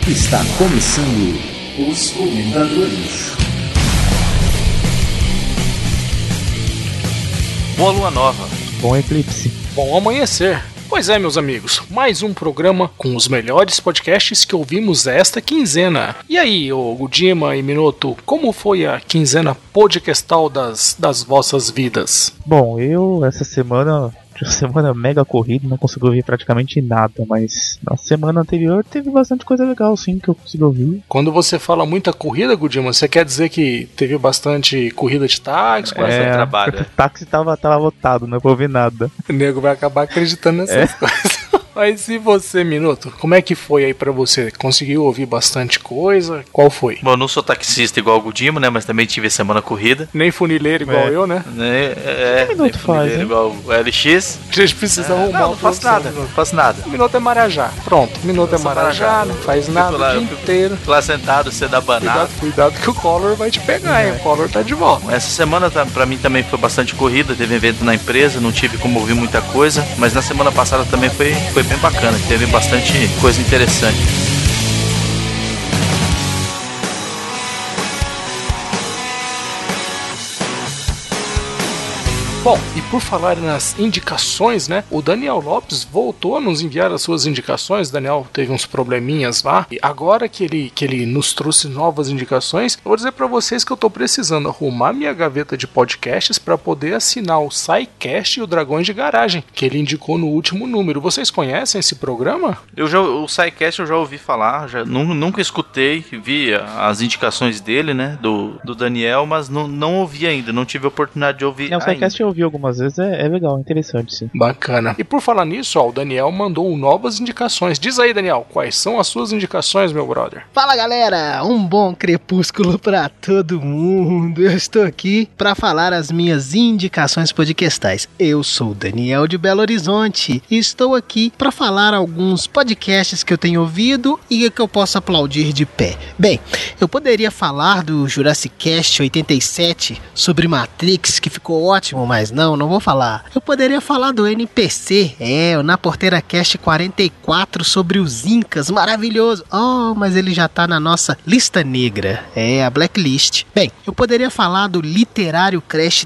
Está começando os Comentadores. Boa lua nova. Bom eclipse. Bom amanhecer. Pois é, meus amigos, mais um programa com os melhores podcasts que ouvimos esta quinzena. E aí, ô Gudima e Minuto, como foi a quinzena podcastal das vossas vidas? Bom, eu essa semana mega corrida, não consegui ouvir praticamente nada, mas na semana anterior teve bastante coisa legal, sim, que eu consegui ouvir. Quando você fala muita corrida, Gudima, você quer dizer que teve bastante corrida de táxi, bastante trabalho? O táxi tava lotado, não vou ouvir nada. O nego vai acabar acreditando nessas coisas. Mas e você, Minuto? Como é que foi aí pra você? Conseguiu ouvir bastante coisa? Qual foi? Bom, eu não sou taxista igual o Gudimo, né? Mas também tive a semana corrida. Nem funileiro igual eu, né? Nem funileiro igual o LX. A gente precisa arrumar. Não faço nada, não faço nada. O Minuto é Marajá. Pronto, o Minuto é Marajá, não faz nada o dia inteiro. Fico lá sentado, você dá banado. Cuidado que o Collor vai te pegar, hein? O Collor tá de volta. Essa semana pra mim também foi bastante corrida, teve evento na empresa, não tive como ouvir muita coisa, mas na semana passada também foi bem bacana, teve bastante coisa interessante. Bom, e por falar nas indicações, né? O Daniel Lopes voltou a nos enviar as suas indicações. O Daniel teve uns probleminhas lá. E agora que ele nos trouxe novas indicações, eu vou dizer pra vocês que eu tô precisando arrumar minha gaveta de podcasts pra poder assinar o SciCast e o Dragões de Garagem, que ele indicou no último número. Vocês conhecem esse programa? O SciCast eu já ouvi falar, nunca escutei, vi as indicações dele, né? Do Daniel, mas não ouvi ainda, não tive a oportunidade de ouvir o SciCast eu ouvi algumas vezes, é legal, interessante, sim. Bacana. E por falar nisso, ó, o Daniel mandou novas indicações. Diz aí, Daniel, quais são as suas indicações, meu brother? Fala, galera! Um bom crepúsculo pra todo mundo. Eu estou aqui pra falar as minhas indicações podcastais. Eu sou o Daniel de Belo Horizonte e estou aqui pra falar alguns podcasts que eu tenho ouvido e que eu posso aplaudir de pé. Bem, eu poderia falar do Jurassic Cast 87 sobre Matrix, que ficou ótimo, mas não vou falar. Eu poderia falar do NPC, o Na Porteira Cast 44 sobre os Incas, maravilhoso. Oh, mas ele já tá na nossa lista negra, a Blacklist. Bem, eu poderia falar do Literário Crash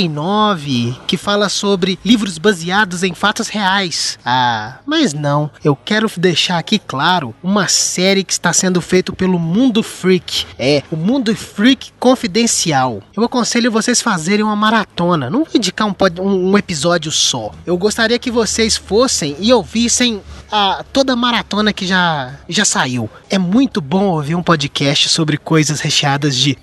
39, que fala sobre livros baseados em fatos reais. Mas não, eu quero deixar aqui claro uma série que está sendo feita pelo Mundo Freak. O Mundo Freak Confidencial. Eu aconselho vocês fazerem uma maratona. Não vou indicar um episódio só. Eu gostaria que vocês fossem e ouvissem toda a maratona que já saiu. É muito bom ouvir um podcast sobre coisas recheadas de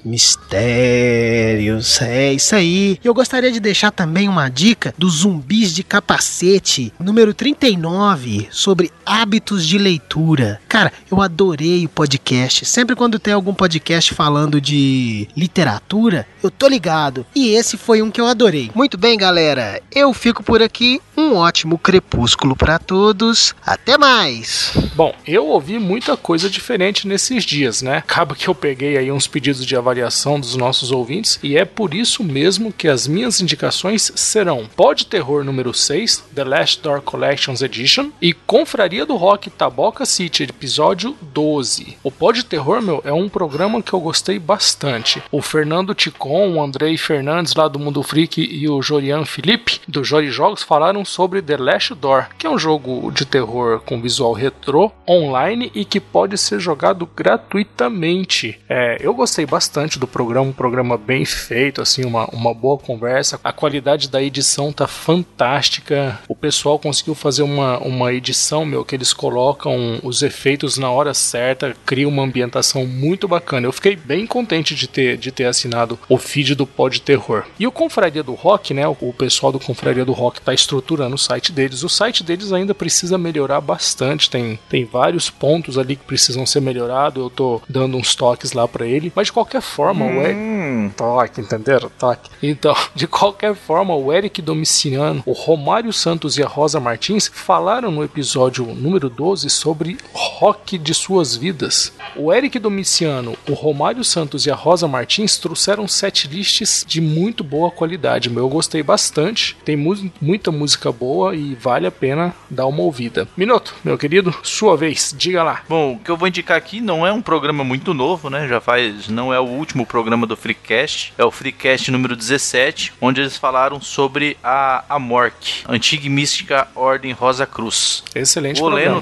mistérios. É isso aí. Eu gostaria de deixar também uma dica dos Zumbis de Capacete, número 39, sobre hábitos de leitura. Cara, eu adorei o podcast. Sempre quando tem algum podcast falando de literatura, eu tô ligado. E esse foi um que eu adorei. Muito bem, galera. Eu fico por aqui. Um ótimo crepúsculo pra todos. Até mais! Bom, eu ouvi muita coisa diferente nesses dias, né? Acaba que eu peguei aí uns pedidos de avaliação dos nossos ouvintes e é por isso mesmo que as minhas indicações serão Pod Terror número 6, The Last Door Collections Edition e Confraria do Rock Taboca City, episódio 12. O Pod Terror, é um programa que eu gostei bastante. O Fernando Ticon, o Andrei Fernandes lá do Mundo Freak e o Jorian Felipe do Jori Jogos falaram sobre The Last Door, que é um jogo de terror com visual retrô, online e que pode ser jogado gratuitamente. Eu gostei bastante do programa, um programa bem feito, assim, uma boa conversa. A qualidade da edição tá fantástica. O pessoal conseguiu fazer uma edição, que eles colocam os efeitos na hora certa, cria uma ambientação muito bacana. Eu fiquei bem contente de ter assinado o feed do Pod Terror. E o Confraria do Rock, né? O pessoal do Confraria do Rock tá estruturando o site deles. O site deles ainda precisa melhorar bastante. Tem vários pontos ali que precisam ser melhorados. Eu tô dando uns toques lá pra ele. Mas de qualquer forma, Toque, entenderam? Toque. Então, de qualquer forma, o Eric Domiciano, o Romário Santos e a Rosa Martins falaram no episódio número 12 sobre rock de suas vidas. O Eric Domiciano, o Romário Santos e a Rosa Martins trouxeram setlists de muito boa qualidade. Eu gostei bastante, tem muita música boa e vale a pena dar uma ouvida. Minuto, meu querido, sua vez, diga lá. Bom, o que eu vou indicar aqui não é um programa muito novo, né? Não é o último programa do Freecast, é o Freecast número 17, onde eles falaram sobre a MORC, Antiga e Mística Ordem Rosa Cruz. Excelente programa.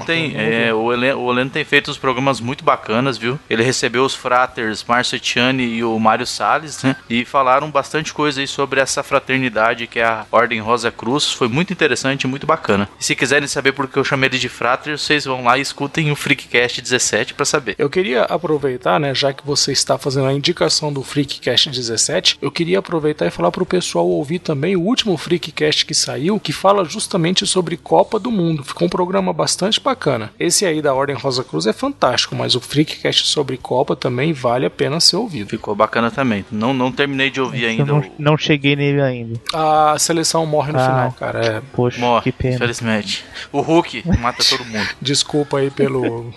O Oleno tem feito uns programas muito bacanas, viu? Ele recebeu os fraters Márcio Etiani e o Mário Salles, né? E falaram bastante coisa aí sobre essa fraternidade que é a Ordem Rosa Cruz. Foi muito interessante e muito bacana. E se quiserem saber por que eu chamei ele de frater, vocês vão lá e escutem o Freakcast 17 para saber. Eu queria aproveitar, né, já que você está fazendo a indicação do Freakcast 17, eu queria aproveitar e falar pro pessoal ouvir também o último Freakcast que saiu, que fala justamente sobre Copa do Mundo. Ficou um programa bastante bacana. Esse aí da Ordem Rosa Cruz é fantástico, mas o Freakcast sobre Copa também vale a pena ser ouvido. Ficou bacana também. Não terminei de ouvir ainda. Não cheguei nele ainda. A seleção morre no final, cara. Poxa, morre, que pena. Infelizmente. O Hulk mata todo mundo. Desculpa aí pelo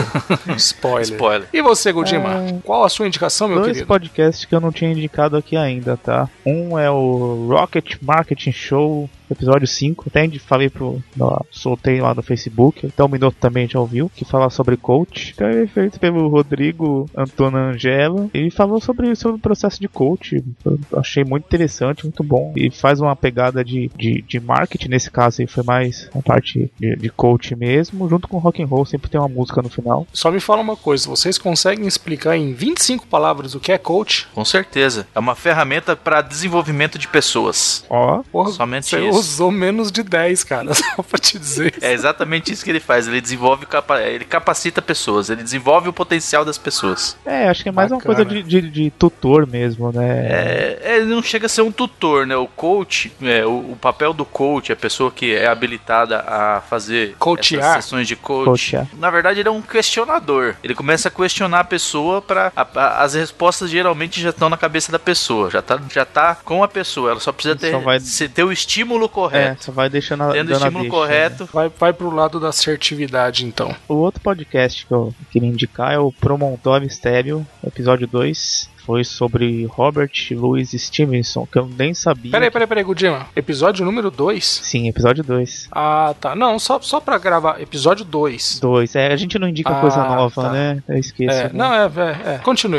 spoiler. E você, Gudima? Qual a sua indicação, meu querido? Dois podcasts que eu não tinha indicado aqui ainda, tá? Um é o Rocket Marketing Show, episódio 5, até falei soltei lá no Facebook, então o Minuto também já ouviu, que fala sobre coach, que é feito pelo Rodrigo Antônio Angela, e falou sobre o processo de coach. Eu achei muito interessante, muito bom, e faz uma pegada de marketing, nesse caso aí foi mais a parte de coach mesmo, junto com rock and roll, sempre tem uma música no final. Só me fala uma coisa, vocês conseguem explicar em 25 palavras o que é coach? Com certeza, é uma ferramenta para desenvolvimento de pessoas. Porra, somente você isso. Usou menos de 10, cara, só pra te dizer. É exatamente isso que ele faz, ele ele capacita pessoas, ele desenvolve o potencial das pessoas. Acho que é mais bacana. Uma coisa de tutor mesmo, né? Ele não chega a ser um tutor, né? O coach, o papel do coach, a pessoa que é habilitada a fazer essas sessões de coach, na verdade ele é um questionador. Ele começa a questionar a pessoa as respostas geralmente já estão na cabeça da pessoa, já tá com a pessoa, ela só precisa ter o estímulo correto. Só vai deixando tendo o estímulo correto. Né? Vai pro lado da assertividade, então. O outro podcast que eu queria indicar é o Promontório Estéreo, episódio 2. Foi sobre Robert Louis Stevenson, que eu nem sabia. Peraí, Gudima. Episódio número 2? Sim, episódio 2. Ah, tá. Não, só pra gravar. Episódio 2. 2. A gente não indica coisa nova, tá. Né? Eu esqueço. Né? Não, Continue.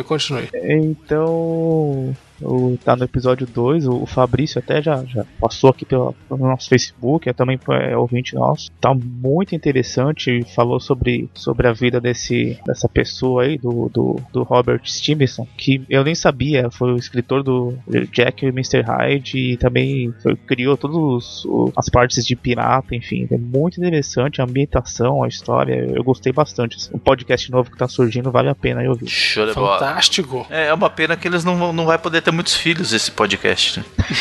Então... Tá no episódio 2, o Fabrício até já passou aqui pelo nosso Facebook, também é ouvinte nosso. Tá muito interessante, falou sobre a vida dessa pessoa aí, do Robert Stevenson, que eu nem sabia, foi o escritor do Jack e Mr. Hyde, e também criou todas as partes de pirata, enfim, é muito interessante a ambientação, a história, eu gostei bastante. Um podcast novo que tá surgindo, vale a pena eu ouvir. Show de bola. Fantástico. É uma pena que eles não vai poder ter muitos filhos esse podcast, né?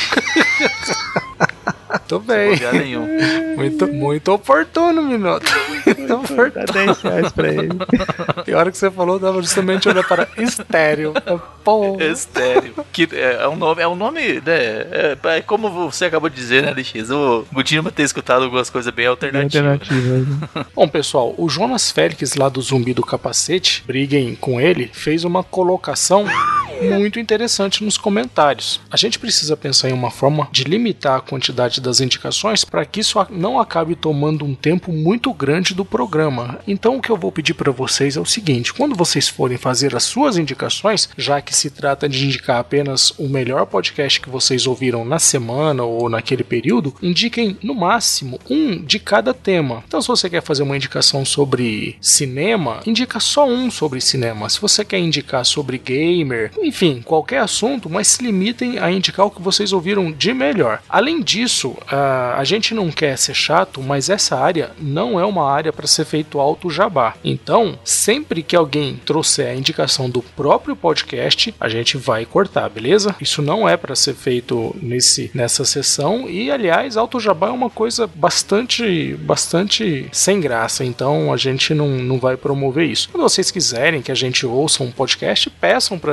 Tô bem. Muito oportuno, Minuto. Muito oportuno. Dá R$10 pra ele. E a hora que você falou, eu tava justamente olhando para estéreo. Estéreo. Que é um nome, né? É como você acabou de dizer, né, LX? O Gudima ter escutado algumas coisas bem alternativas. Bom, pessoal, o Jonas Félix lá do Zumbi do Capacete, briguem com ele, fez uma colocação muito interessante nos comentários. A gente precisa pensar em uma forma de limitar a quantidade das indicações para que isso não acabe tomando um tempo muito grande do programa. Então o que eu vou pedir para vocês é o seguinte: quando vocês forem fazer as suas indicações, já que se trata de indicar apenas o melhor podcast que vocês ouviram na semana ou naquele período, indiquem no máximo um de cada tema. Então se você quer fazer uma indicação sobre cinema, indica só um sobre cinema. Se você quer indicar sobre gamer, enfim, qualquer assunto, mas se limitem a indicar o que vocês ouviram de melhor. Além disso, a gente não quer ser chato, mas essa área não é uma área para ser feito alto jabá. Então, sempre que alguém trouxer a indicação do próprio podcast, a gente vai cortar, beleza? Isso não é para ser feito nessa sessão e, aliás, alto jabá é uma coisa bastante sem graça, então a gente não vai promover isso. Quando vocês quiserem que a gente ouça um podcast, peçam pra gente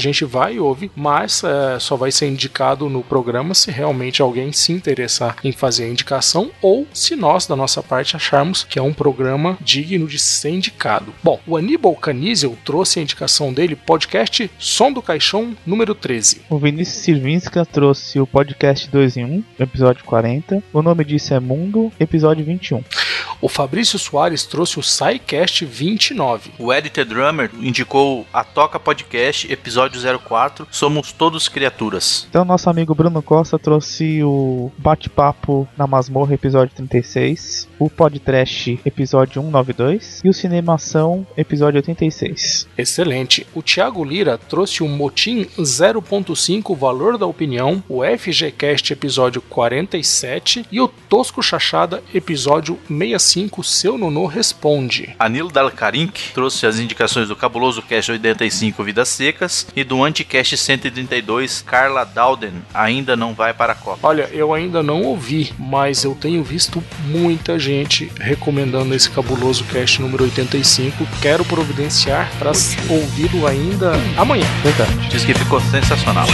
gente vai e ouve, mas só vai ser indicado no programa se realmente alguém se interessar em fazer a indicação ou se nós, da nossa parte, acharmos que é um programa digno de ser indicado. Bom, o Aníbal Canizel trouxe a indicação dele, podcast Som do Caixão, número 13. O Vinícius Sirvinska trouxe o podcast 2 em 1, episódio 40. O nome disso é Mundo, episódio 21. O Fabrício Soares trouxe o SciCast 29. O Editor Drummer indicou a Toca Podcast, episódio 04, Somos Todos Criaturas. Então, nosso amigo Bruno Costa trouxe o Bate-Papo na Masmorra, episódio 36. O Podtrash, episódio 192. E o Cinemação, episódio 86. Excelente. O Thiago Lira trouxe o Motim 0.5, Valor da Opinião. O FGCast, episódio 47. E o Tosco Chachada, episódio 65, Seu Nonô Responde. Anilo Dalcarink trouxe as indicações do Cabuloso Cast 85, Vidas Secas, e do Anticast 132, Carla Dowden, Ainda Não Vai para a Copa. Olha, eu ainda não ouvi, mas eu tenho visto muita gente recomendando esse Cabuloso Cast número 85. Quero providenciar para ouvi-lo ainda amanhã. Verdade. Diz que ficou sensacional.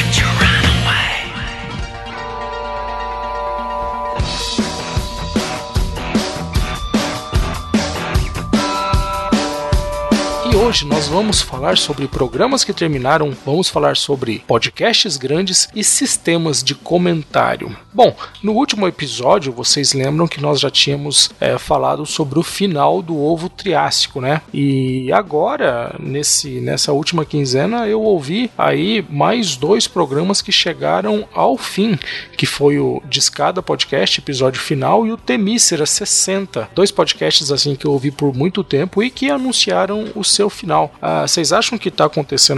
Hoje nós vamos falar sobre programas que terminaram, vamos falar sobre podcasts grandes e sistemas de comentário. Bom, no último episódio vocês lembram que nós já tínhamos falado sobre o final do Ovo Triássico, né? E agora, nessa última quinzena, eu ouvi aí mais 2 programas que chegaram ao fim, que foi o Discada Podcast, episódio final, e o Temícera 60. 2 podcasts assim que eu ouvi por muito tempo e que anunciaram o seu final. Vocês acham que está acontecendo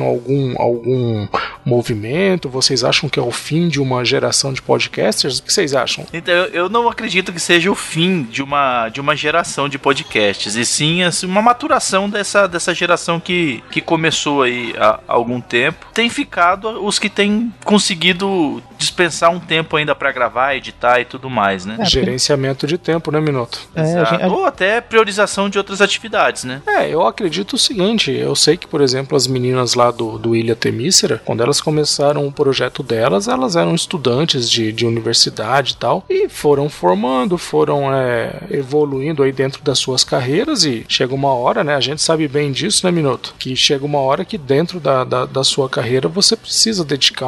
algum movimento? Vocês acham que é o fim de uma geração de podcasters? O que vocês acham? Então, eu não acredito que seja o fim de uma geração de podcasts, e sim assim, uma maturação dessa geração que começou aí há algum tempo. Tem ficado os que têm conseguido dispensar um tempo ainda para gravar, editar e tudo mais, né? Gerenciamento de tempo, né, Minuto? Ou até priorização de outras atividades, né? Eu acredito o seguinte, eu sei que, por exemplo, as meninas lá do Ilha Temícera, quando elas começaram o projeto delas, elas eram estudantes de universidade e tal, e foram formando, foram evoluindo aí dentro das suas carreiras, e chega uma hora, né, a gente sabe bem disso, né, Minuto? Que chega uma hora que dentro da sua carreira você precisa dedicar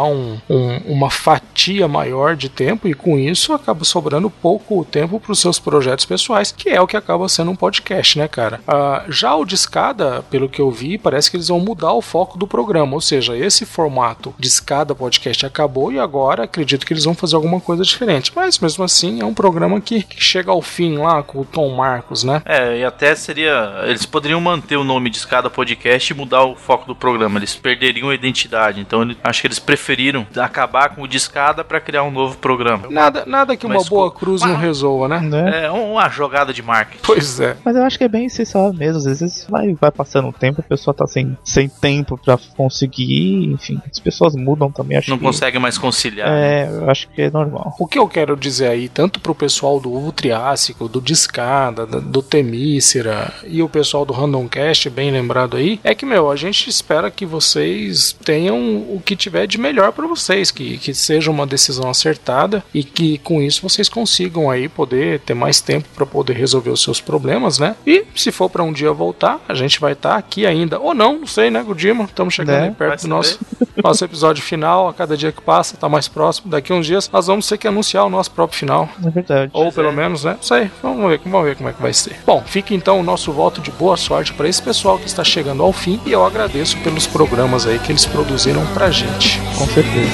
uma fatia maior de tempo, e com isso acaba sobrando pouco tempo para os seus projetos pessoais, que é o que acaba sendo um podcast, né, cara? Já o Discada, pelo que eu vi, parece que eles vão mudar o foco do programa, ou seja, esse formato de Discada Podcast acabou e agora acredito que eles vão fazer alguma coisa diferente, mas mesmo assim é um programa que chega ao fim lá com o Tom Marcos, né? E até eles poderiam manter o nome de Discada Podcast e mudar o foco do programa, eles perderiam a identidade, então acho que eles preferiram acabar com o Discada para criar um novo programa. Nada que uma boa cruz não resolva, né? É uma jogada de marketing. Pois é. Mas eu acho que é bem essencial mesmo, às vezes vai passando o tempo, a pessoa tá sem tempo pra conseguir, enfim, as pessoas mudam também, acho não que consegue mais conciliar. Eu acho que é normal. O que eu quero dizer aí, tanto pro pessoal do Ovo Triássico, do Discada, do Temícera e o pessoal do Randomcast, bem lembrado aí, é que, a gente espera que vocês tenham o que tiver de melhor pra vocês, que seja uma decisão acertada e que com isso vocês consigam aí poder ter mais tempo pra poder resolver os seus problemas, né? E se for pra um dia voltar, a gente vai estar aqui ainda, ou não sei, né, Gudima? Estamos chegando aí perto do nosso episódio final, a cada dia que passa, tá mais próximo, daqui a uns dias nós vamos ter que anunciar o nosso próprio final. É verdade. Ou pelo menos, né? Não sei, vamos ver como é que vai ser. Bom, fica então o nosso voto de boa sorte para esse pessoal que está chegando ao fim, e eu agradeço pelos programas aí que eles produziram pra gente. Com certeza.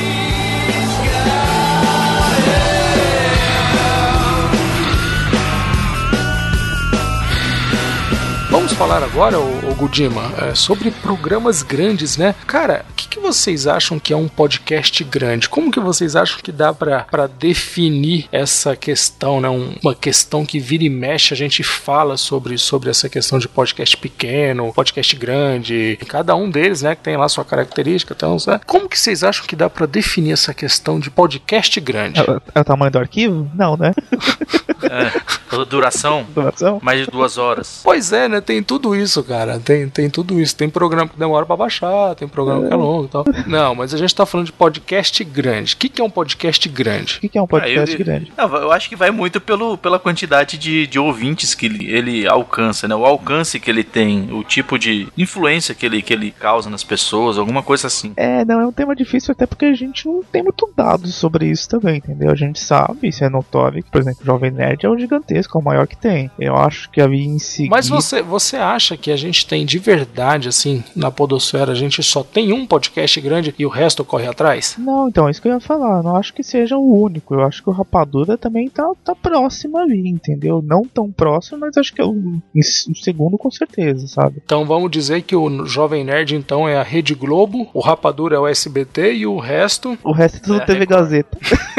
Vamos falar agora, o Gudima, sobre programas grandes, né? Cara, o que vocês acham que é um podcast grande? Como que vocês acham que dá pra definir essa questão, né? Uma questão que vira e mexe, a gente fala sobre essa questão de podcast pequeno, podcast grande, cada um deles, né, que tem lá sua característica, então, né? Como que vocês acham que dá pra definir essa questão de podcast grande? É o tamanho do arquivo? Não, né? Duração? Mais de 2 horas. Pois é, né? tem tudo isso, cara. Tem tudo isso. Tem programa que demora pra baixar, tem programa que é longo e tal. Não, mas a gente tá falando de podcast grande. O que é um podcast grande? O que é um podcast grande? Não, eu acho que vai muito pela quantidade de ouvintes que ele alcança, né? O alcance que ele tem, o tipo de influência que ele causa nas pessoas, alguma coisa assim. Não, é um tema difícil até porque a gente não tem muito dados sobre isso também, entendeu? A gente sabe, isso é notório, que, por exemplo, o Jovem Nerd é o gigantesco, é o maior que tem. Eu acho que havia em seguida... Mas você acha que a gente tem de verdade, assim, na podosfera, a gente só tem um podcast grande e o resto corre atrás? Não, então, é isso que eu ia falar. Eu não acho que seja o único. Eu acho que o Rapadura também tá próximo ali, entendeu? Não tão próximo, mas acho que é o segundo com certeza, sabe? Então vamos dizer que o Jovem Nerd, então, é a Rede Globo, o Rapadura é o SBT e o resto... O resto é tudo TV Gazeta.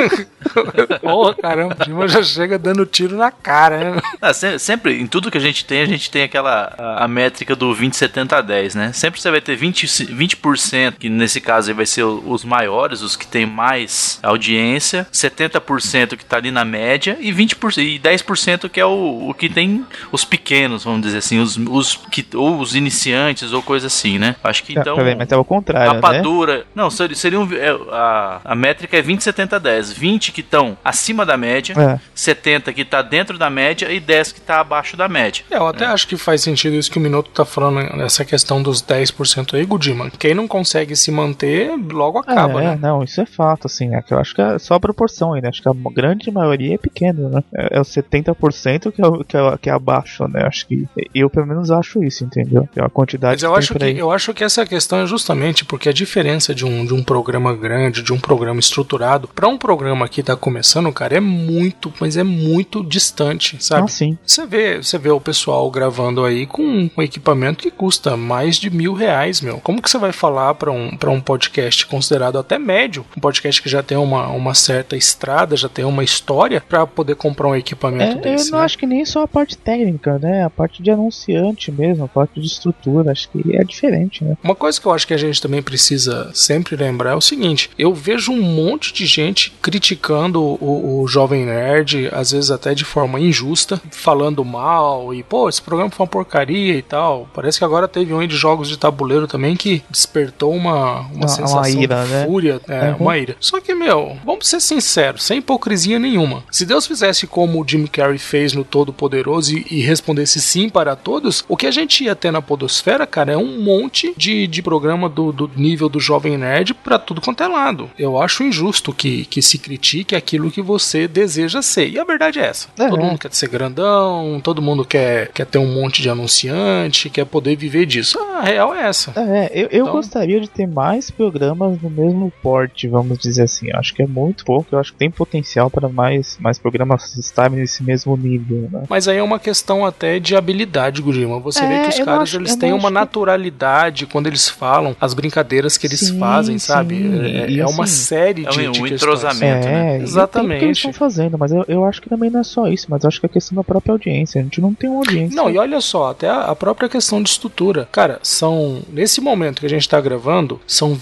Porra, caramba, o Dima já chega dando tiro na cara, né? Sempre, em tudo que a gente tem a métrica do 20-70-10, né? Sempre você vai ter 20%, que nesse caso aí vai ser os maiores, os que tem mais audiência, 70% que tá ali na média e 10% que é o que tem os pequenos, vamos dizer assim, ou os iniciantes ou coisa assim, né? Acho que então... Mas é o contrário, Rapadura... né? Não, seria a métrica é 20-70-10. 20 que estão acima da média, 70 que tá dentro da média e 10 que tá abaixo da média. Eu até acho que faz sentido isso que o Minuto tá falando, essa questão dos 10% aí, Gudima. Quem não consegue se manter, logo acaba, né? Não, isso é fato, assim, eu acho que é só a proporção aí, né? Acho que a grande maioria é pequena, né? É o 70% que é abaixo, né? Acho que eu pelo menos acho isso, entendeu? É a quantidade. Mas eu acho que essa questão é justamente porque a diferença de um programa grande, de um programa estruturado, para um programa que tá começando, cara, mas é muito distante, sabe? Sim. Você vê o pessoal gravando aí com um equipamento que custa mais de R$1.000, meu. Como que você vai falar pra um podcast considerado até médio, um podcast que já tem uma certa estrada, já tem uma história, pra poder comprar um equipamento desse? Eu não acho que nem só a parte técnica, né? A parte de anunciante mesmo, a parte de estrutura, acho que é diferente, né? Uma coisa que eu acho que a gente também precisa sempre lembrar é o seguinte: eu vejo um monte de gente criticando o Jovem Nerd, às vezes até de forma injusta, falando mal e, esse programa foi uma porcaria e tal. Parece que agora teve um de jogos de tabuleiro também que despertou uma sensação ira, de fúria, uma ira. Só que, vamos ser sinceros, sem hipocrisia nenhuma. Se Deus fizesse como o Jim Carrey fez no Todo-Poderoso e respondesse sim para todos, o que a gente ia ter na podosfera, cara, é um monte de programa do nível do Jovem Nerd pra tudo quanto é lado. Eu acho injusto que se critique aquilo que você deseja ser. E a verdade é essa. Todo mundo quer ser grandão, todo mundo quer ter um monte de anunciante, quer poder viver disso. A real é essa. Eu gostaria de ter mais programas no mesmo porte, vamos dizer assim. Eu acho que é muito pouco, eu acho que tem potencial para mais programas estarem nesse mesmo nível, né? Mas aí é uma questão até de habilidade, Gurima. Você vê que os caras, eles têm uma naturalidade quando eles falam, as brincadeiras que eles fazem, sabe? É uma série de um entrosamento, né? Exatamente. Que eles estão fazendo, mas eu acho que também não é só isso, mas eu acho que é questão da própria audiência. A gente não tem uma audiência. Não, e olha só, até a própria questão de estrutura. Cara, nesse momento que a gente tá gravando, são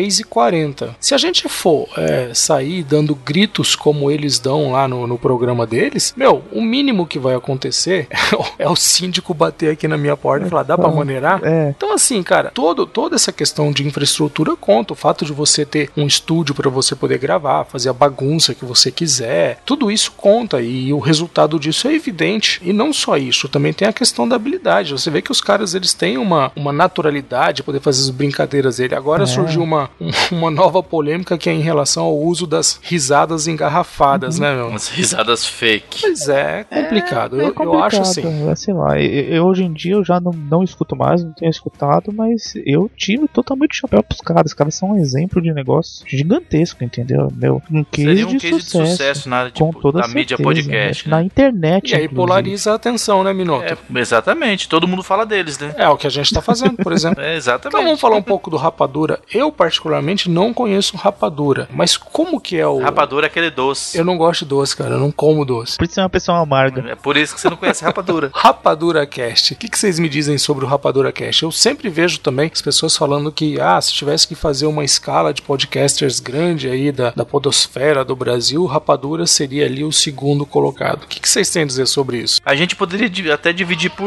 23h40. Se a gente for sair dando gritos como eles dão lá no programa deles, o mínimo que vai acontecer é o síndico bater aqui na minha porta e falar, dá pra maneirar? Então assim, cara, toda essa questão de infraestrutura conta. O fato de você ter um estúdio pra você poder gravar, fazer a bagunça que você quiser, tudo isso conta e o resultado disso é evidente. E não só isso, também tem a questão da habilidade. Você vê que os caras, eles têm uma naturalidade de poder fazer as brincadeiras dele. Agora surgiu uma nova polêmica que é em relação ao uso das risadas engarrafadas, né, meu? Umas risadas fake. Pois é complicado. Eu acho assim. Sei lá, eu hoje em dia eu já não escuto mais, não tenho escutado, mas eu tiro totalmente o chapéu pros caras. Os caras são um exemplo de negócio gigantesco, entendeu? Seria um case de sucesso na mídia podcast, né? Na internet. E aí polariza a atenção, né, Minoto? Exatamente, todo mundo fala deles, né? É o que a gente tá fazendo, por exemplo. Exatamente. Então vamos falar um pouco do Rapadura. Eu, particularmente, não conheço Rapadura, mas como que é o... Rapadura é aquele doce. Eu não gosto de doce, cara, eu não como doce. Por isso é uma pessoa amarga. É por isso que você não conhece Rapadura. Rapadura Cast. O que vocês me dizem sobre o Rapadura Cast? Eu sempre vejo também as pessoas falando que, se tivesse que fazer uma escala de podcasters grande aí da podosfera do Brasil, o Rapadura seria ali o segundo colocado. O que vocês têm a dizer sobre isso? A gente poderia até dividir por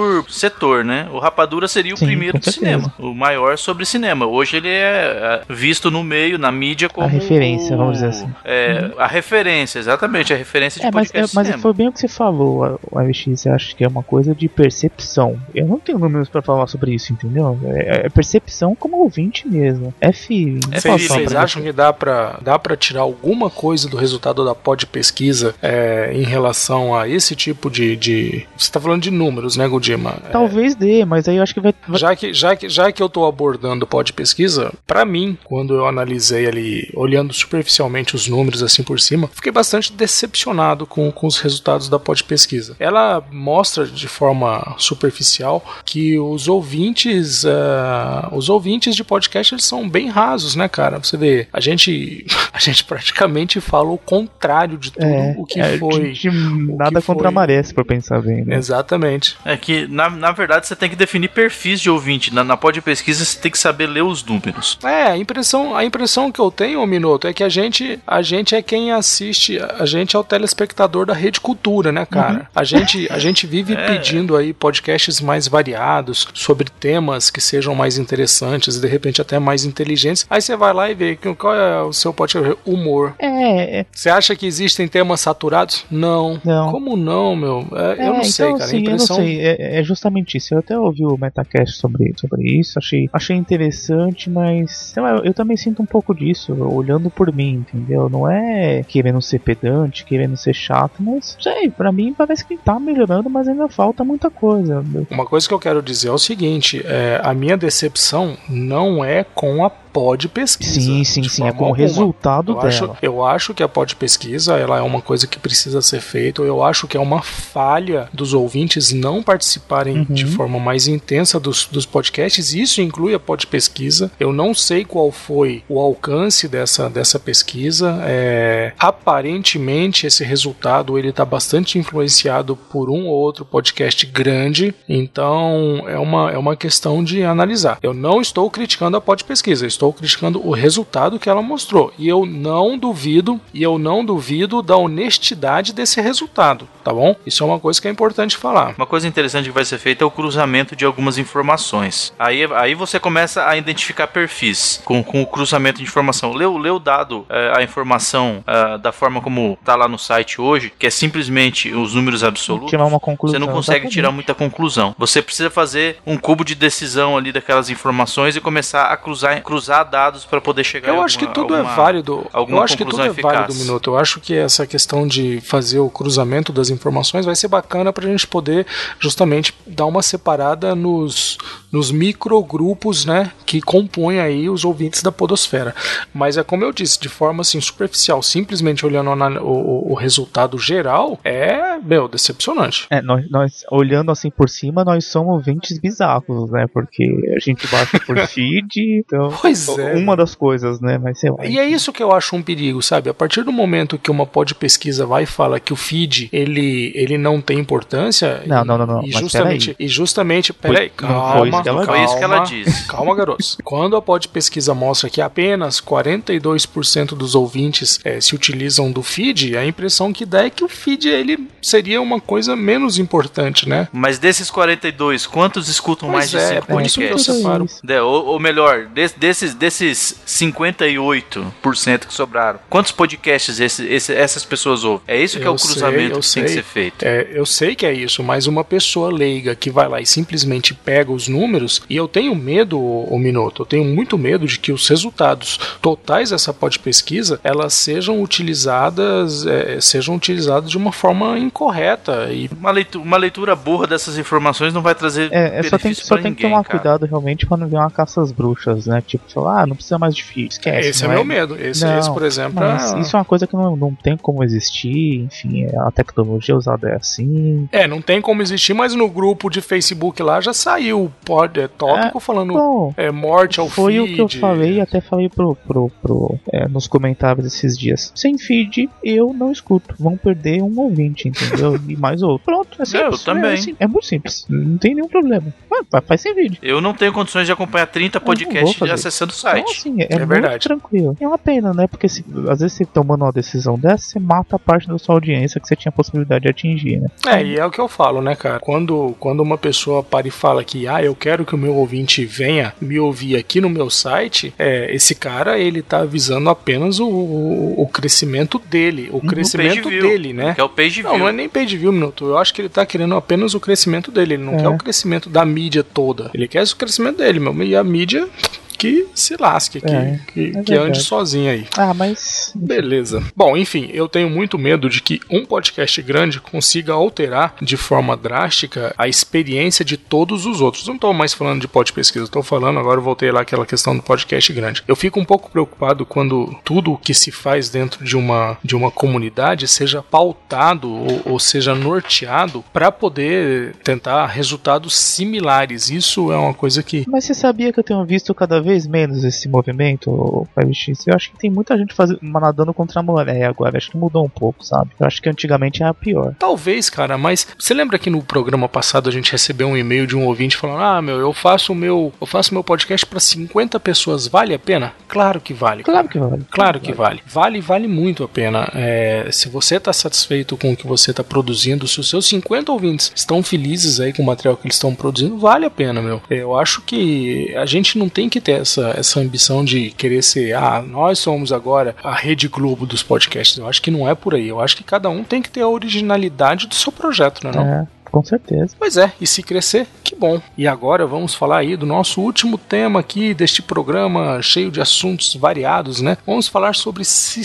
setor, né? O Rapadura seria o primeiro de cinema, o maior sobre cinema. Hoje ele é visto no meio, na mídia, como... A referência, vamos dizer assim. A referência, exatamente, a referência de podcast mas foi bem o que você falou, o AVX, você acha que é uma coisa de percepção. Eu não tenho números pra falar sobre isso, entendeu? É percepção como ouvinte mesmo. Vocês acham que dá pra tirar alguma coisa do resultado da pesquisa em relação a esse tipo de... Você tá falando de números, né, Gudima? Talvez dê, mas aí eu acho que vai... Já que eu tô abordando pesquisa, pra mim, quando eu analisei ali, olhando superficialmente os números assim por cima, fiquei bastante decepcionado com os resultados da pesquisa. Ela mostra de forma superficial que os ouvintes de podcast, eles são bem rasos, né, cara? Você vê, a gente praticamente fala o contrário de tudo o que foi. Nada contra a maré, se for pensar bem, né? Exatamente. É que, na verdade, você tem que definir perfis de ouvinte. Na pesquisa, você tem que saber ler os números. A impressão que eu tenho, Minoto, é que a gente é quem assiste, a gente é o telespectador da Rede Cultura, né, cara? A gente vive pedindo aí podcasts mais variados, sobre temas que sejam mais interessantes e de repente até mais inteligentes. Aí você vai lá e vê qual é o seu podcast. Humor. Você acha que existem temas saturados? Não. Como não, meu? Eu não sei, cara. Sim, impressão... eu não sei. É justamente isso. Eu até ouvi o Metacast sobre isso. Achei interessante, mas sei lá, eu também sinto um pouco disso, olhando por mim, entendeu? Não é querendo ser pedante, querendo ser chato, mas sei, pra mim parece que tá melhorando, mas ainda falta muita coisa. Uma coisa que eu quero dizer é o seguinte, a minha decepção não é com a pesquisa. Sim, é com o resultado dela. Eu acho que a pesquisa, ela é uma coisa que precisa ser feita. Eu acho que é uma falha dos ouvintes não participarem de forma mais intensa dos podcasts. Isso inclui a pesquisa. Eu não sei qual foi o alcance dessa pesquisa. Aparentemente, esse resultado ele está bastante influenciado por um ou outro podcast grande. Então, é uma questão de analisar. Eu não estou criticando a pesquisa. Estou criticando o resultado que ela mostrou. E eu não duvido da honestidade desse resultado, tá bom? Isso é uma coisa que é importante falar. Uma coisa interessante que vai ser feita é o cruzamento de algumas informações. Aí você começa a identificar perfis com o cruzamento de informação. Lê o dado, a informação da forma como tá lá no site hoje, que é simplesmente os números absolutos. Tirar uma conclusão. Você não consegue tirar muita conclusão. Você precisa fazer um cubo de decisão ali daquelas informações e começar a cruzar dados para poder chegar Eu acho que tudo é válido. Eu acho que tudo é válido, Minuto. Eu acho que essa questão de fazer o cruzamento das informações vai ser bacana pra gente poder justamente dar uma separada nos microgrupos, né, que compõem aí os ouvintes da podosfera. Mas é como eu disse, de forma assim superficial, simplesmente olhando o resultado geral, decepcionante. Nós olhando assim por cima, nós somos ouvintes bizarros, né, porque a gente baixa por feed, então... Pois é. Uma das coisas, né? Mas sei lá. E é isso que eu acho um perigo, sabe? A partir do momento que uma pesquisa vai e fala que o feed, ele não tem importância... Não. E justamente... Peraí, calma. Foi isso que ela disse. Calma, garotos. Quando a pesquisa mostra que apenas 42% dos ouvintes se utilizam do feed, a impressão que dá é que o feed, ele seria uma coisa menos importante, né? Mas desses 42, quantos escutam mais de 5 podcasts? Ou melhor, desses 58% que sobraram, quantos podcasts essas pessoas ouvem? É isso que é o cruzamento que tem que ser feito. Eu sei que é isso, mas uma pessoa leiga que vai lá e simplesmente pega os números, e eu tenho medo, Minoto, eu tenho muito medo de que os resultados totais dessa pesquisa, elas sejam utilizadas de uma forma incorreta. E uma leitura burra dessas informações não vai trazer benefício só pra tem ninguém, que tomar cara. cuidado realmente quando vem uma caça às bruxas, né? Tipo, falar, não precisa mais de feed, esquece. Esse é meu medo. Esse, por exemplo, isso é uma coisa que não tem como existir, enfim, a tecnologia usada é assim. Não tem como existir, mas no grupo de Facebook lá já saiu tópico falando morte ao feed. Foi o que eu falei, até falei nos comentários esses dias. Sem feed, eu não escuto. Vão perder um ouvinte, entendeu? E mais outro. Pronto, é simples. Eu também. É muito simples, não tem nenhum problema. Faz sem vídeo. Eu não tenho condições de acompanhar 30 podcasts acessando o site. Então, assim, é muito tranquilo. É uma pena, né? Porque às vezes você tomando uma decisão dessa, você mata a parte da sua audiência que você tinha possibilidade verdade atingir, né? E é o que eu falo, né, cara? Quando uma pessoa para e fala que, eu quero que o meu ouvinte venha me ouvir aqui no meu site, esse cara, ele tá visando apenas o crescimento dele, o crescimento dele, né? Que é o page view. Não é nem page view, Minuto. Eu acho que ele tá querendo apenas o crescimento dele, ele não quer o crescimento da mídia toda. Ele quer o crescimento dele, meu. E a mídia que se lasque, que ande sozinho aí. Mas... Beleza. Bom, enfim, eu tenho muito medo de que um podcast grande consiga alterar de forma drástica a experiência de todos os outros. Não estou mais falando de pod pesquisa, estou falando, agora eu voltei lá àquela questão do podcast grande. Eu fico um pouco preocupado quando tudo o que se faz dentro de uma comunidade seja pautado ou seja norteado para poder tentar resultados similares. Isso é uma coisa que... Mas você sabia que eu tenho visto cada vez menos esse movimento, 5x? Eu acho que tem muita gente nadando contra a maré agora. Acho que mudou um pouco, sabe? Eu acho que antigamente era pior. Talvez, cara, mas você lembra que no programa passado a gente recebeu um e-mail de um ouvinte falando: eu faço meu podcast para 50 pessoas, vale a pena? Claro que vale. Claro que vale. Claro que vale. Vale muito a pena. Se você está satisfeito com o que você está produzindo, se os seus 50 ouvintes estão felizes aí com o material que eles estão produzindo, vale a pena, meu. Eu acho que a gente não tem que ter essa ambição de querer ser, nós somos agora a Rede Globo dos podcasts. Eu acho que não é por aí. Eu acho que cada um tem que ter a originalidade do seu projeto, né, não? Com certeza. Pois é, e se crescer, que bom. E agora vamos falar aí do nosso último tema aqui deste programa cheio de assuntos variados, né? Vamos falar sobre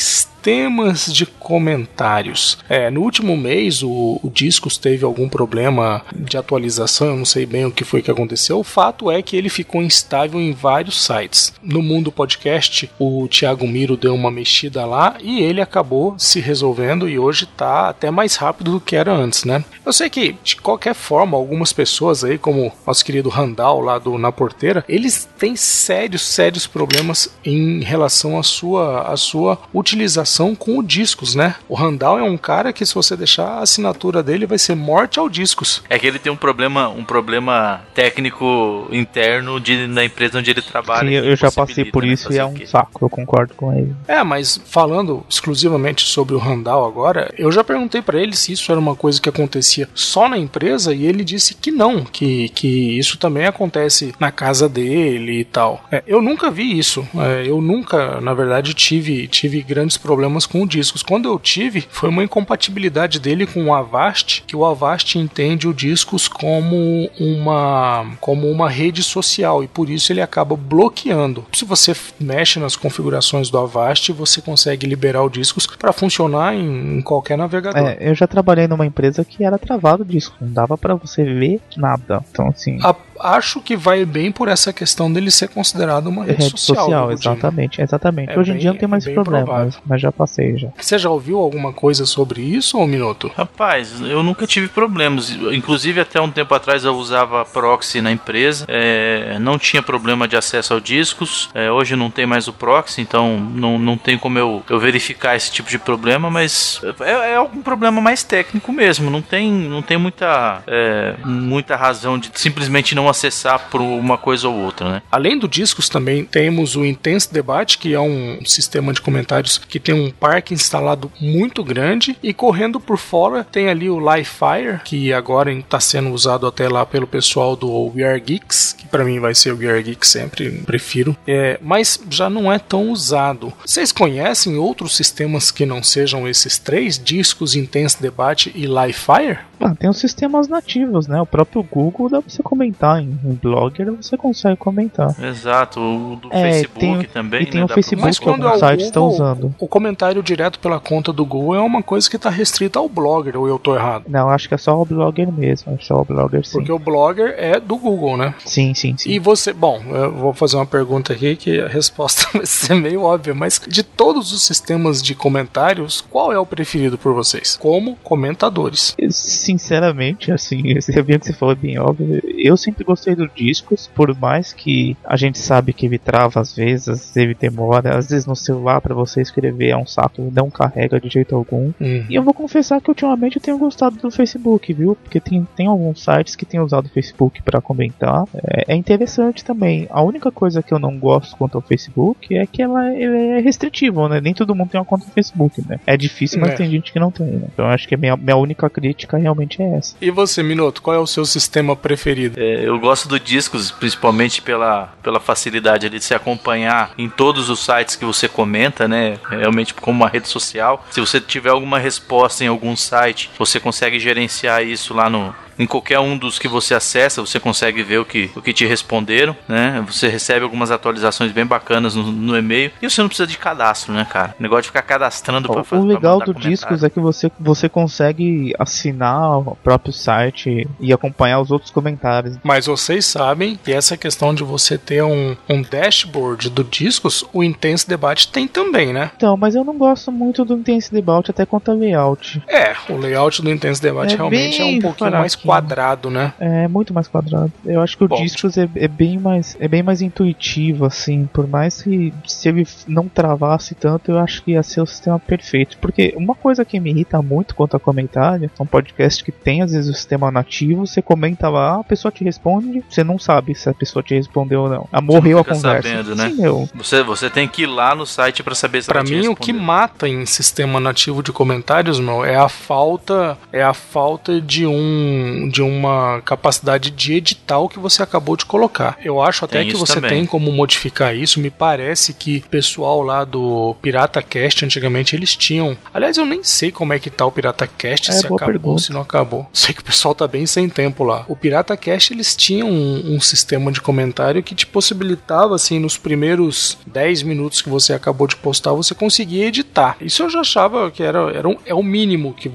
sistemas de comentários. No último mês o Discos teve algum problema de atualização, eu não sei bem o que foi que aconteceu. O fato é que ele ficou instável em vários sites. No Mundo Podcast, o Thiago Miro deu uma mexida lá e ele acabou se resolvendo e hoje tá até mais rápido do que era antes, né? Eu sei que, de qualquer forma, algumas pessoas aí, como nosso querido Randall lá do Na Porteira, eles têm sérios problemas em relação à sua utilização com o Discos, né? O Randall é um cara que, se você deixar a assinatura dele, vai ser morte ao Discos. É que ele tem um problema técnico interno na empresa onde ele trabalha. Sim, eu já passei por isso e é um saco, eu concordo com ele. Mas falando exclusivamente sobre o Randall agora, eu já perguntei pra ele se isso era uma coisa que acontecia só na empresa e ele disse que não, que isso também acontece na casa dele e tal. Eu nunca vi isso. Eu nunca, na verdade, tive grandes problemas com o Discos. Quando eu tive, foi uma incompatibilidade dele com o Avast, que o Avast entende o Discos como uma rede social e por isso ele acaba bloqueando. Se você mexe nas configurações do Avast, você consegue liberar o Discos para funcionar em qualquer navegador. Eu já trabalhei numa empresa que era travado o Disco, não dava pra você ver nada. Então, assim... Acho que vai bem por essa questão dele ser considerado uma rede social. Exatamente. Hoje em dia não tem mais problema, mas já passei já. Você já ouviu alguma coisa sobre isso, ou Minuto? Rapaz, eu nunca tive problemas. Inclusive, até um tempo atrás eu usava proxy na empresa. Não tinha problema de acesso ao Discos. Hoje não tem mais o proxy, então não tem como eu verificar esse tipo de problema, mas é algum problema mais técnico mesmo. Não tem muita razão de simplesmente não acessar por uma coisa ou outra, né? Além do Discos, também temos o Intense Debate, que é um sistema de comentários que tem um parque instalado muito grande, e correndo por fora tem ali o Livefire, que agora está sendo usado até lá pelo pessoal do We Are Geeks, que para mim vai ser o We Are Geeks sempre, prefiro, mas já não é tão usado. Vocês conhecem outros sistemas que não sejam esses três? Discos, Intense Debate e Livefire? Tem os sistemas nativos, né? O próprio Google dá pra você comentar em Blogger, você consegue comentar. Exato, o do Facebook também. E tem o Facebook que alguns sites estão usando. O comentário direto pela conta do Google é uma coisa que está restrita ao Blogger, ou eu tô errado? Não, acho que é só o Blogger mesmo. É só o Blogger, sim. Porque o Blogger é do Google, né? Sim. E você, eu vou fazer uma pergunta aqui que a resposta vai ser meio óbvia, mas de todos os sistemas de comentários, qual é o preferido por vocês? Como comentadores? Sinceramente, assim, eu vi que você falou bem óbvio, eu sempre gostei do Discos, por mais que a gente sabe que ele trava às vezes ele demora, às vezes no celular pra você escrever é um saco, não carrega de jeito algum. E eu vou confessar que ultimamente eu tenho gostado do Facebook, viu? Porque tem alguns sites que têm usado o Facebook para comentar. É interessante também. A única coisa que eu não gosto quanto ao Facebook é que ele é restritivo, né? Nem todo mundo tem uma conta no Facebook, né? É difícil, mas tem gente que não tem, né? Então eu acho que a minha única crítica realmente é essa. E você, Minoto, qual é o seu sistema preferido? Eu gosto do Discos, principalmente pela facilidade ali de se acompanhar em todos os sites que você comenta, né? Realmente como uma rede social. Se você tiver alguma resposta em algum site, você consegue gerenciar isso lá em qualquer um dos que você acessa, você consegue ver o que te responderam, né? Você recebe algumas atualizações bem bacanas no e-mail e você não precisa de cadastro, né, cara? O negócio de ficar cadastrando pra fazer. O legal do Discos é que você consegue assinar o próprio site e acompanhar os outros comentários. Mas vocês sabem que essa questão de você ter um dashboard do Discos, o Intense Debate tem também, né? Então, mas eu não gosto muito do Intense Debate até quanto a layout. O layout do Intense Debate realmente é um pouquinho mais quadrado, né? É muito mais quadrado. Eu acho que o Discos é bem mais intuitivo, assim. Por mais que se ele não travasse tanto, eu acho que ia ser o sistema perfeito. Porque uma coisa que me irrita muito quanto a comentário, são podcasts que tem às vezes o sistema nativo, você comenta lá, a pessoa te responde, você não sabe se a pessoa te respondeu ou não. Morreu a conversa. Sabendo, né? Sim, meu. Você tem que ir lá no site pra saber se pra mim, o que mata em sistema nativo de comentários, meu, é a falta de uma capacidade de editar o que você acabou de colocar. Eu acho até que você tem como modificar isso. Me parece que o pessoal lá do PirataCast, antigamente, eles tinham... Aliás, eu nem sei como é que tá o PirataCast, se acabou, se não acabou. Sei que o pessoal tá bem sem tempo lá. O PirataCast, eles tinham um sistema de comentário que te possibilitava, assim, nos primeiros 10 minutos que você acabou de postar, você conseguia editar. Isso eu já achava que é o mínimo que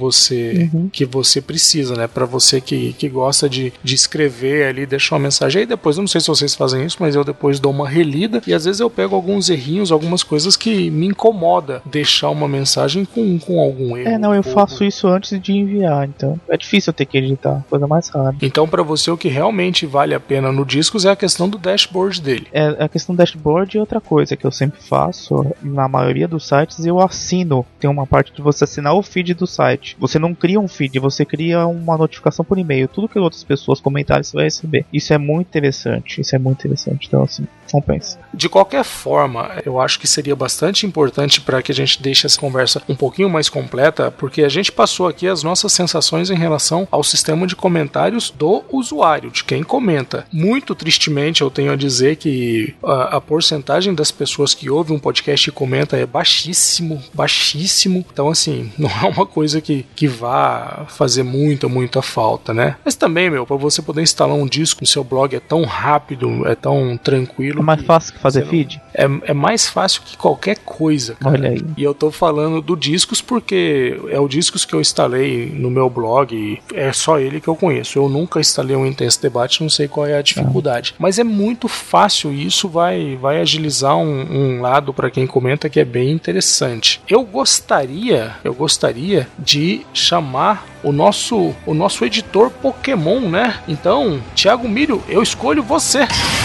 você precisa, né? Pra você que gosta de escrever ali, deixar uma mensagem. Aí depois, eu não sei se vocês fazem isso, mas eu depois dou uma relida e às vezes eu pego alguns errinhos, algumas coisas que me incomoda deixar uma mensagem com algum erro. Eu faço isso antes de enviar, então é difícil eu ter que editar, coisa mais rara. Então, pra você, o que realmente vale a pena no Discos é a questão do dashboard dele. A questão do dashboard e outra coisa que eu sempre faço, na maioria dos sites eu assino. Tem uma parte de você assinar o feed do site. Você não cria um feed, você cria uma notificação por e-mail. Tudo que outras pessoas comentarem você vai receber. Isso é muito interessante. Então, assim, compensa. De qualquer forma, eu acho que seria bastante importante para que a gente deixe essa conversa um pouquinho mais completa, porque a gente passou aqui as nossas sensações em relação ao sistema de comentários do usuário, de quem comenta. Muito tristemente, eu tenho a dizer que a porcentagem das pessoas que ouvem um podcast e comenta é baixíssimo. Então, assim, não é uma coisa que vá fazer muita falta, né? Mas também, para você poder instalar um disco no seu blog é tão rápido, é tão tranquilo. É mais fácil que fazer feed? É mais fácil que qualquer coisa, cara. Olha aí. E eu tô falando do Discos porque é o Discos que eu instalei no meu blog e é só ele que eu conheço. Eu nunca instalei um Intense Debate, não sei qual é a dificuldade. Mas é muito fácil e isso vai agilizar um lado para quem comenta que é bem interessante. Eu gostaria de chamar o nosso editor Pokémon, né? Então, Thiago Mírio, eu escolho você.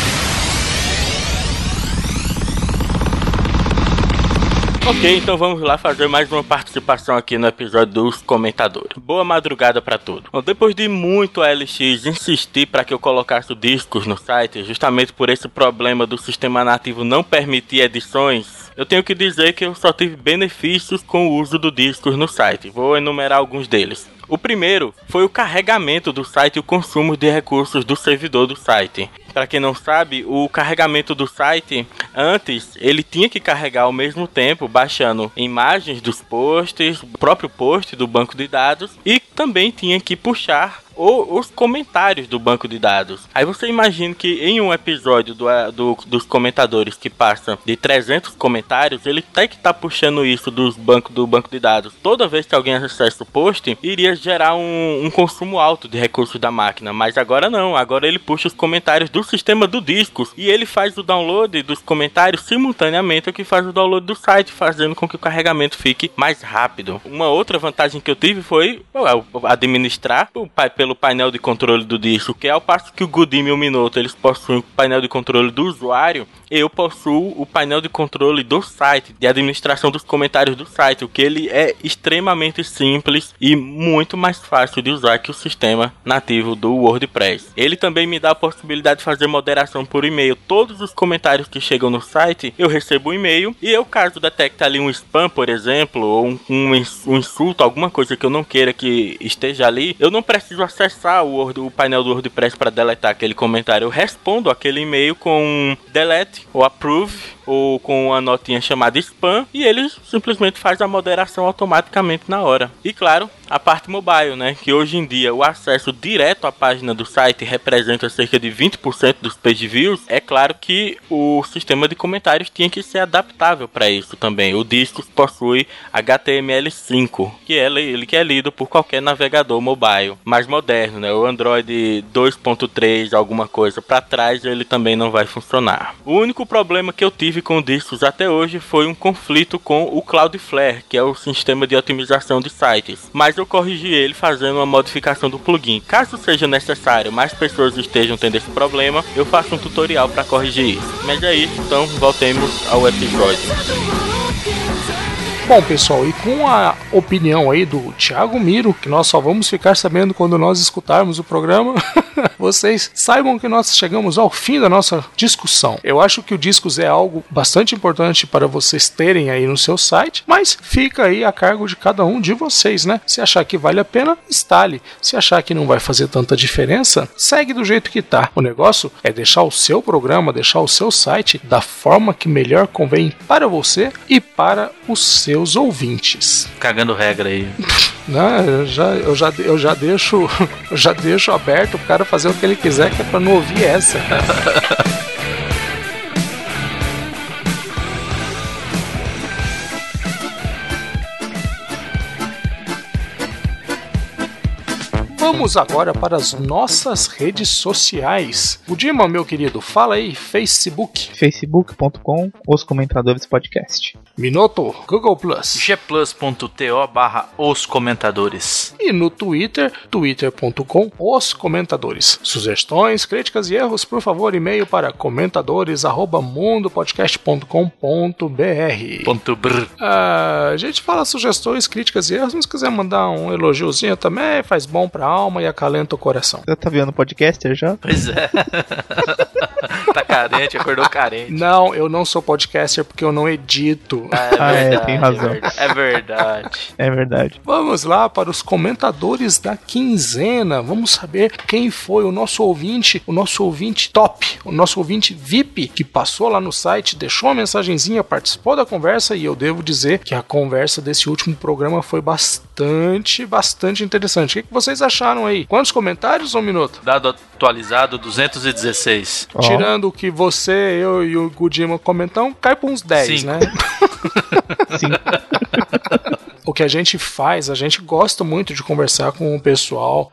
Ok, então vamos lá fazer mais uma participação aqui no episódio dos comentadores. Boa madrugada pra todos. Bom, depois de muito a LX insistir para que eu colocasse o Discos no site, justamente por esse problema do sistema nativo não permitir edições, eu tenho que dizer que eu só tive benefícios com o uso do Discos no site. Vou enumerar alguns deles. O primeiro foi o carregamento do site e o consumo de recursos do servidor do site. Para quem não sabe, o carregamento do site, antes, ele tinha que carregar ao mesmo tempo, baixando imagens dos posts, o próprio post do banco de dados, e também tinha que puxar os comentários do banco de dados. Aí você imagina que em um episódio dos comentadores que passa de 300 comentários, ele tem que estar puxando isso do banco de dados. Toda vez que alguém acessa o post, iria gerar um consumo alto de recursos da máquina. Mas agora não, agora ele puxa os comentários do sistema do Discos e ele faz o download dos comentários simultaneamente ao que faz o download do site, fazendo com que o carregamento fique mais rápido. Uma outra vantagem que eu tive foi administrar pelo painel de controle do disco, que é ao passo que o Goodime e o Minoto eles possuem o painel de controle do usuário, eu possuo o painel de controle do site, de administração dos comentários do site, o que ele é extremamente simples e muito mais fácil de usar que o sistema nativo do WordPress. Ele também me dá a possibilidade de fazer moderação por e-mail. Todos os comentários que chegam no site, eu recebo um e-mail e eu, caso detecte ali um spam, por exemplo, ou um insulto, alguma coisa que eu não queira que esteja ali, eu não preciso acessar o painel do WordPress para deletar aquele comentário. Eu respondo aquele e-mail com delete ou approve ou com uma notinha chamada spam e ele simplesmente faz a moderação automaticamente na hora. E claro, a parte mobile, né, que hoje em dia o acesso direto à página do site representa cerca de 20% dos page views. É claro que o sistema de comentários tinha que ser adaptável para isso também. O disco possui HTML5, que é lido por qualquer navegador mobile mais moderno, né? O Android 2.3, alguma coisa para trás, ele também não vai funcionar. O único problema que eu tive com discos até hoje foi um conflito com o Cloudflare, que é o sistema de otimização de sites, mas eu corrigi ele fazendo uma modificação do plugin. Caso seja necessário, mais pessoas estejam tendo esse problema, eu faço um tutorial para corrigir isso. Mas é isso, então voltemos ao episódio. Bom, pessoal, e com a opinião aí do Thiago Miro, que nós só vamos ficar sabendo quando nós escutarmos o programa, vocês saibam que nós chegamos ao fim da nossa discussão. Eu acho que o Discos é algo bastante importante para vocês terem aí no seu site, mas fica aí a cargo de cada um de vocês, né? Se achar que vale a pena, instale. Se achar que não vai fazer tanta diferença, segue do jeito que tá. O negócio é deixar o seu programa, deixar o seu site da forma que melhor convém para você e para os seus ouvintes. Cagando regra aí. Não, eu já deixo aberto o cara fazer o que ele quiser, que é pra não ouvir essa. Vamos agora para as nossas redes sociais. O Dima, meu querido, fala aí, Facebook. Facebook.com, Os Comentadores Podcast. Minoto, Google+. gplus.to/Os Comentadores. E no Twitter, twitter.com, Os Comentadores. Sugestões, críticas e erros, por favor, e-mail para comentadores@mundopodcast.com.br. A gente fala sugestões, críticas e erros, mas se quiser mandar um elogiozinho também, faz bom pra alma e acalenta o coração. Você tá vendo podcaster já? Pois é. Tá carente, acordou carente. Não, eu não sou podcaster porque eu não edito. Tem razão. É verdade. É verdade. Vamos lá para os comentadores da quinzena. Vamos saber quem foi o nosso ouvinte top, o nosso ouvinte VIP, que passou lá no site, deixou uma mensagenzinha, participou da conversa, e eu devo dizer que a conversa desse último programa foi bastante interessante. O que vocês acharam aí? Quantos comentários, Minuto? Dado atualizado, 216. Tirando o que você, eu e o Gudima comentamos, cai para uns 10, 5. Né? Sim. O que a gente faz, a gente gosta muito de conversar com o pessoal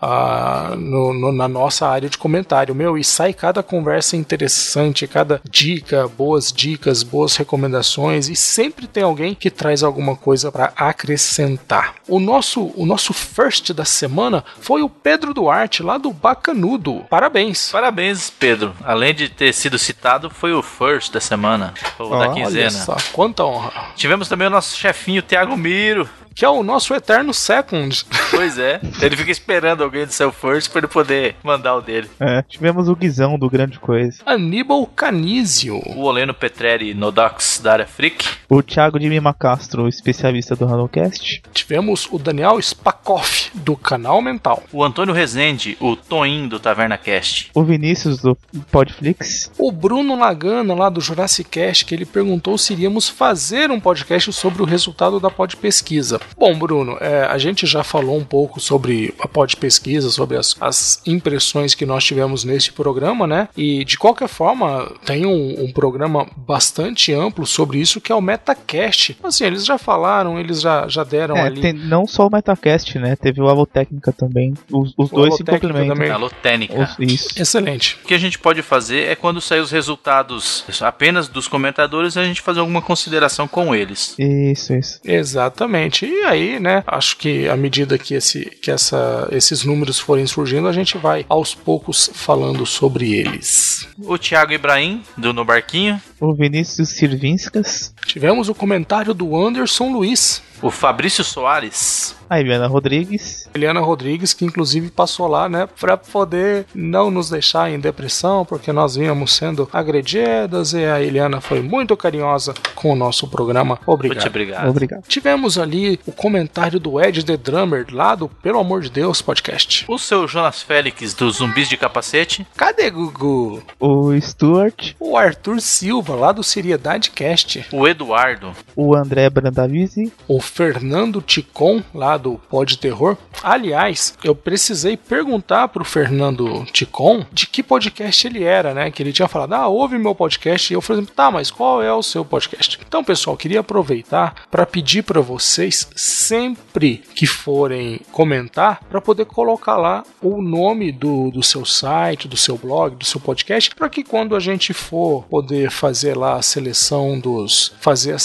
na nossa área de comentário, e sai cada conversa interessante, cada dica, boas recomendações, e sempre tem alguém que traz alguma coisa para acrescentar. O nosso first da semana foi o Pedro Duarte, lá do Bacanudo. Parabéns, Pedro. Além de ter sido citado, foi o first da semana, da quinzena. Olha só, quanta honra. Tivemos também o nosso chefinho, Thiago Miro, que é o nosso eterno second. Pois é, ele fica esperando alguém do seu first para ele poder mandar o dele. Tivemos o Guizão do Grande Coisa. Aníbal Canísio. O Oleno Petrelli Nodox da área Freak. O Thiago de Mima Castro, especialista do Randomcast. Tivemos o Daniel Spakoff, do Canal Mental. O Antônio Rezende, o Toin do Taverna Cast. O Vinícius do Podflix. O Bruno Lagana, lá do Jurassic Cast, que ele perguntou se iríamos fazer um podcast sobre o resultado da Podpesquisa. Bom, Bruno, a gente já falou um pouco sobre a Podpesquisa, sobre as impressões que nós tivemos neste programa, né? E de qualquer forma, tem um programa bastante amplo sobre isso, que é o Metacast. Assim, eles já falaram, eles já deram ali. Não só o Metacast, né? Teve o Alotécnica também. Os dois se complementam. Alotênica. Isso. Excelente. O que a gente pode fazer é, quando sair os resultados apenas dos comentadores, a gente fazer alguma consideração com eles. Isso. Exatamente. E aí, né, acho que à medida que esses números forem surgindo, a gente vai aos poucos falando sobre eles. O Thiago Ibrahim, do No Barquinho. O Vinícius Sirvinskas. Tivemos o comentário do Anderson Luiz. O Fabrício Soares. A Eliana Rodrigues. Eliana Rodrigues, que inclusive passou lá, né, pra poder não nos deixar em depressão, porque nós vínhamos sendo agredidas, e a Eliana foi muito carinhosa com o nosso programa. Obrigado. Muito obrigado. Obrigado. Tivemos ali o comentário do Ed The Drummer, lá do Pelo Amor de Deus podcast. O seu Jonas Félix, do Zumbis de Capacete. Cadê, Gugu? O Stuart. O Arthur Silva, lá do Seriedade Cast. O Eduardo. O André Brandavisi. O Fernando Ticon, lá do Pod Terror. Aliás, eu precisei perguntar pro Fernando Ticon de que podcast ele era, né? Que ele tinha falado, ouve meu podcast. E eu falei, tá, mas qual é o seu podcast? Então, pessoal, queria aproveitar para pedir para vocês, sempre que forem comentar, para poder colocar lá o nome do seu site, do seu blog, do seu podcast, para que quando a gente for poder fazer lá a seleção dos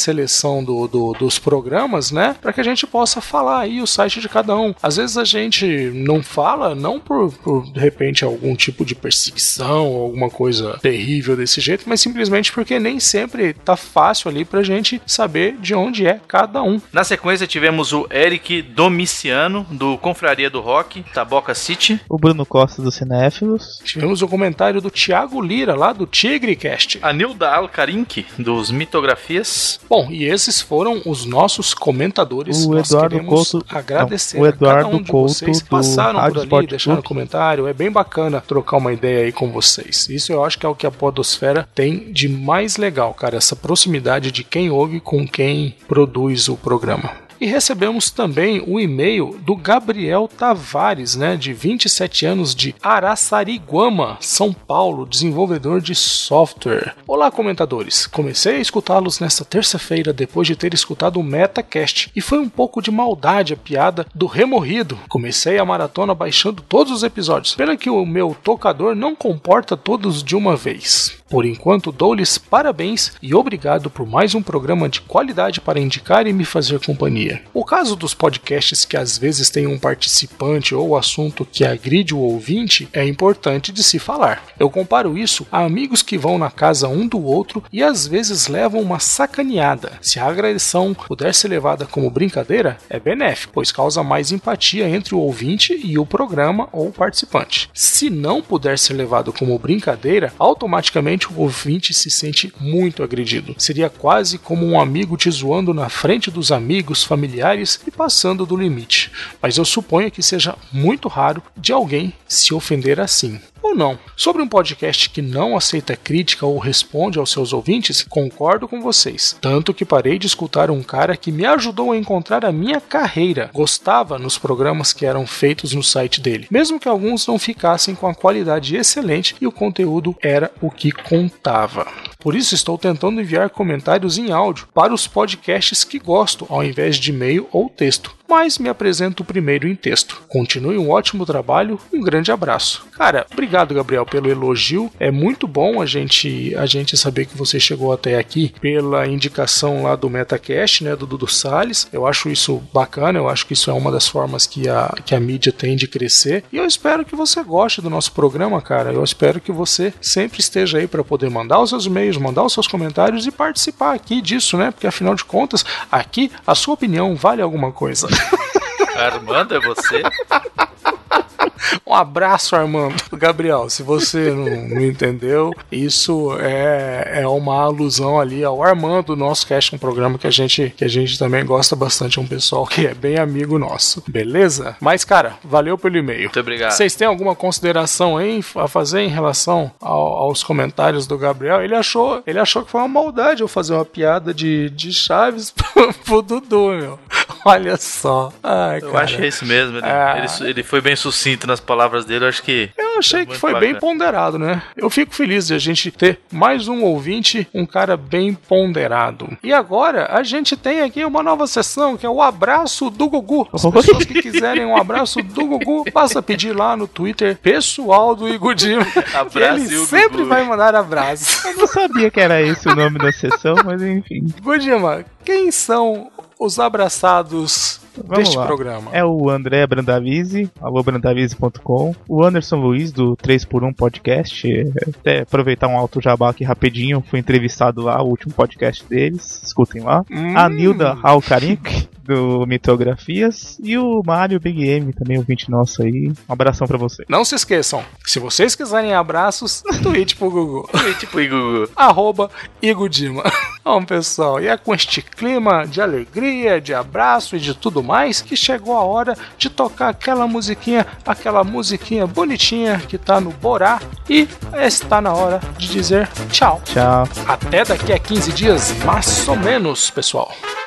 programas, né? Para que a gente possa falar aí o site de cada um. Às vezes a gente não fala, não por de repente algum tipo de perseguição ou alguma coisa terrível desse jeito, mas simplesmente porque nem sempre tá fácil ali pra gente saber de onde é cada um. Na sequência tivemos o Eric Domiciano, do Confraria do Rock, Taboca City. O Bruno Costa, do Cinéfilos. Tivemos o comentário do Thiago Lira, lá do TigreCast. A Nilda Alcarinque, dos Mitografias. Bom, e esses foram os nossos comentadores. O Nós Eduardo queremos Couto, agradecer o Eduardo a cada um de Couto, vocês que do passaram Rádio por ali, Sport deixaram Clube. comentário. É bem bacana trocar uma ideia aí com vocês. Isso eu acho que é o que a Podosfera tem de mais legal, cara. Essa proximidade de quem ouve com quem produz o programa. E recebemos também o e-mail do Gabriel Tavares, né, de 27 anos, de Araçariguama, São Paulo, desenvolvedor de software. Olá, comentadores. Comecei a escutá-los nesta terça-feira depois de ter escutado o MetaCast e foi um pouco de maldade a piada do remorrido. Comecei a maratona baixando todos os episódios, pena que o meu tocador não comporta todos de uma vez. Por enquanto, dou-lhes parabéns e obrigado por mais um programa de qualidade para indicar e me fazer companhia. O caso dos podcasts que às vezes tem um participante ou assunto que agride o ouvinte é importante de se falar. Eu comparo isso a amigos que vão na casa um do outro e às vezes levam uma sacaneada. Se a agressão puder ser levada como brincadeira, é benéfico, pois causa mais empatia entre o ouvinte e o programa ou o participante. Se não puder ser levado como brincadeira, automaticamente o ouvinte se sente muito agredido. Seria quase como um amigo te zoando na frente dos amigos, familiares e passando do limite. Mas eu suponho que seja muito raro de alguém se ofender assim. Ou não. Sobre um podcast que não aceita crítica ou responde aos seus ouvintes, concordo com vocês. Tanto que parei de escutar um cara que me ajudou a encontrar a minha carreira. Gostava nos programas que eram feitos no site dele, mesmo que alguns não ficassem com a qualidade excelente e o conteúdo era o que contava. Por isso estou tentando enviar comentários em áudio para os podcasts que gosto, ao invés de e-mail ou texto. Mas me apresento primeiro em texto. Continue um ótimo trabalho, um grande abraço. Cara, obrigado, Gabriel, pelo elogio. É muito bom a gente saber que você chegou até aqui pela indicação lá do MetaCast, né, do Dudu Salles. Eu acho isso bacana, eu acho que isso é uma das formas que a mídia tem de crescer. E eu espero que você goste do nosso programa, cara. Eu espero que você sempre esteja aí para poder mandar os seus e-mails, mandar os seus comentários e participar aqui disso, né? Porque afinal de contas, aqui a sua opinião vale alguma coisa. Armando, é você? Um abraço, Armando. Gabriel, se você não entendeu, isso é uma alusão ali ao Armando, nosso cast, um programa que a gente também gosta bastante, é um pessoal que é bem amigo nosso, beleza? Mas, cara, valeu pelo e-mail. Muito obrigado. Vocês têm alguma consideração aí a fazer em relação aos comentários do Gabriel? Ele achou que foi uma maldade eu fazer uma piada de Chaves pro Dudu, meu. Olha só. Ai, eu cara. achei isso mesmo. Ele foi bem sucinto nas palavras dele. Eu acho que... Eu achei que foi bem ponderado, né? Eu fico feliz de a gente ter mais um ouvinte, um cara bem ponderado. E agora, a gente tem aqui uma nova sessão, que é o Abraço do Gugu. As pessoas que quiserem um abraço do Gugu, basta pedir lá no Twitter pessoal do Igudima. Ele sempre vai mandar abraço. Eu não sabia que era esse o nome da sessão, mas enfim. Gudima, quem são os abraçados deste programa. É o André Brandavise, alôbrandavise.com, o Anderson Luiz, do 3x1 Podcast, até aproveitar um alto jabá aqui rapidinho, fui entrevistado lá, o último podcast deles, escutem lá. A Nilda Alcarink, do Mitografias, e o Mário Big M, também ouvinte nosso aí. Um abração pra você. Não se esqueçam, se vocês quiserem abraços, tweet pro Gugu. Tweet pro Gugu. @Igudima. Bom, pessoal, e é com este clima de alegria, de abraço e de tudo mais que chegou a hora de tocar aquela musiquinha bonitinha que tá no Borá, e está na hora de dizer tchau. Tchau. Até daqui a 15 dias, mais ou menos, pessoal.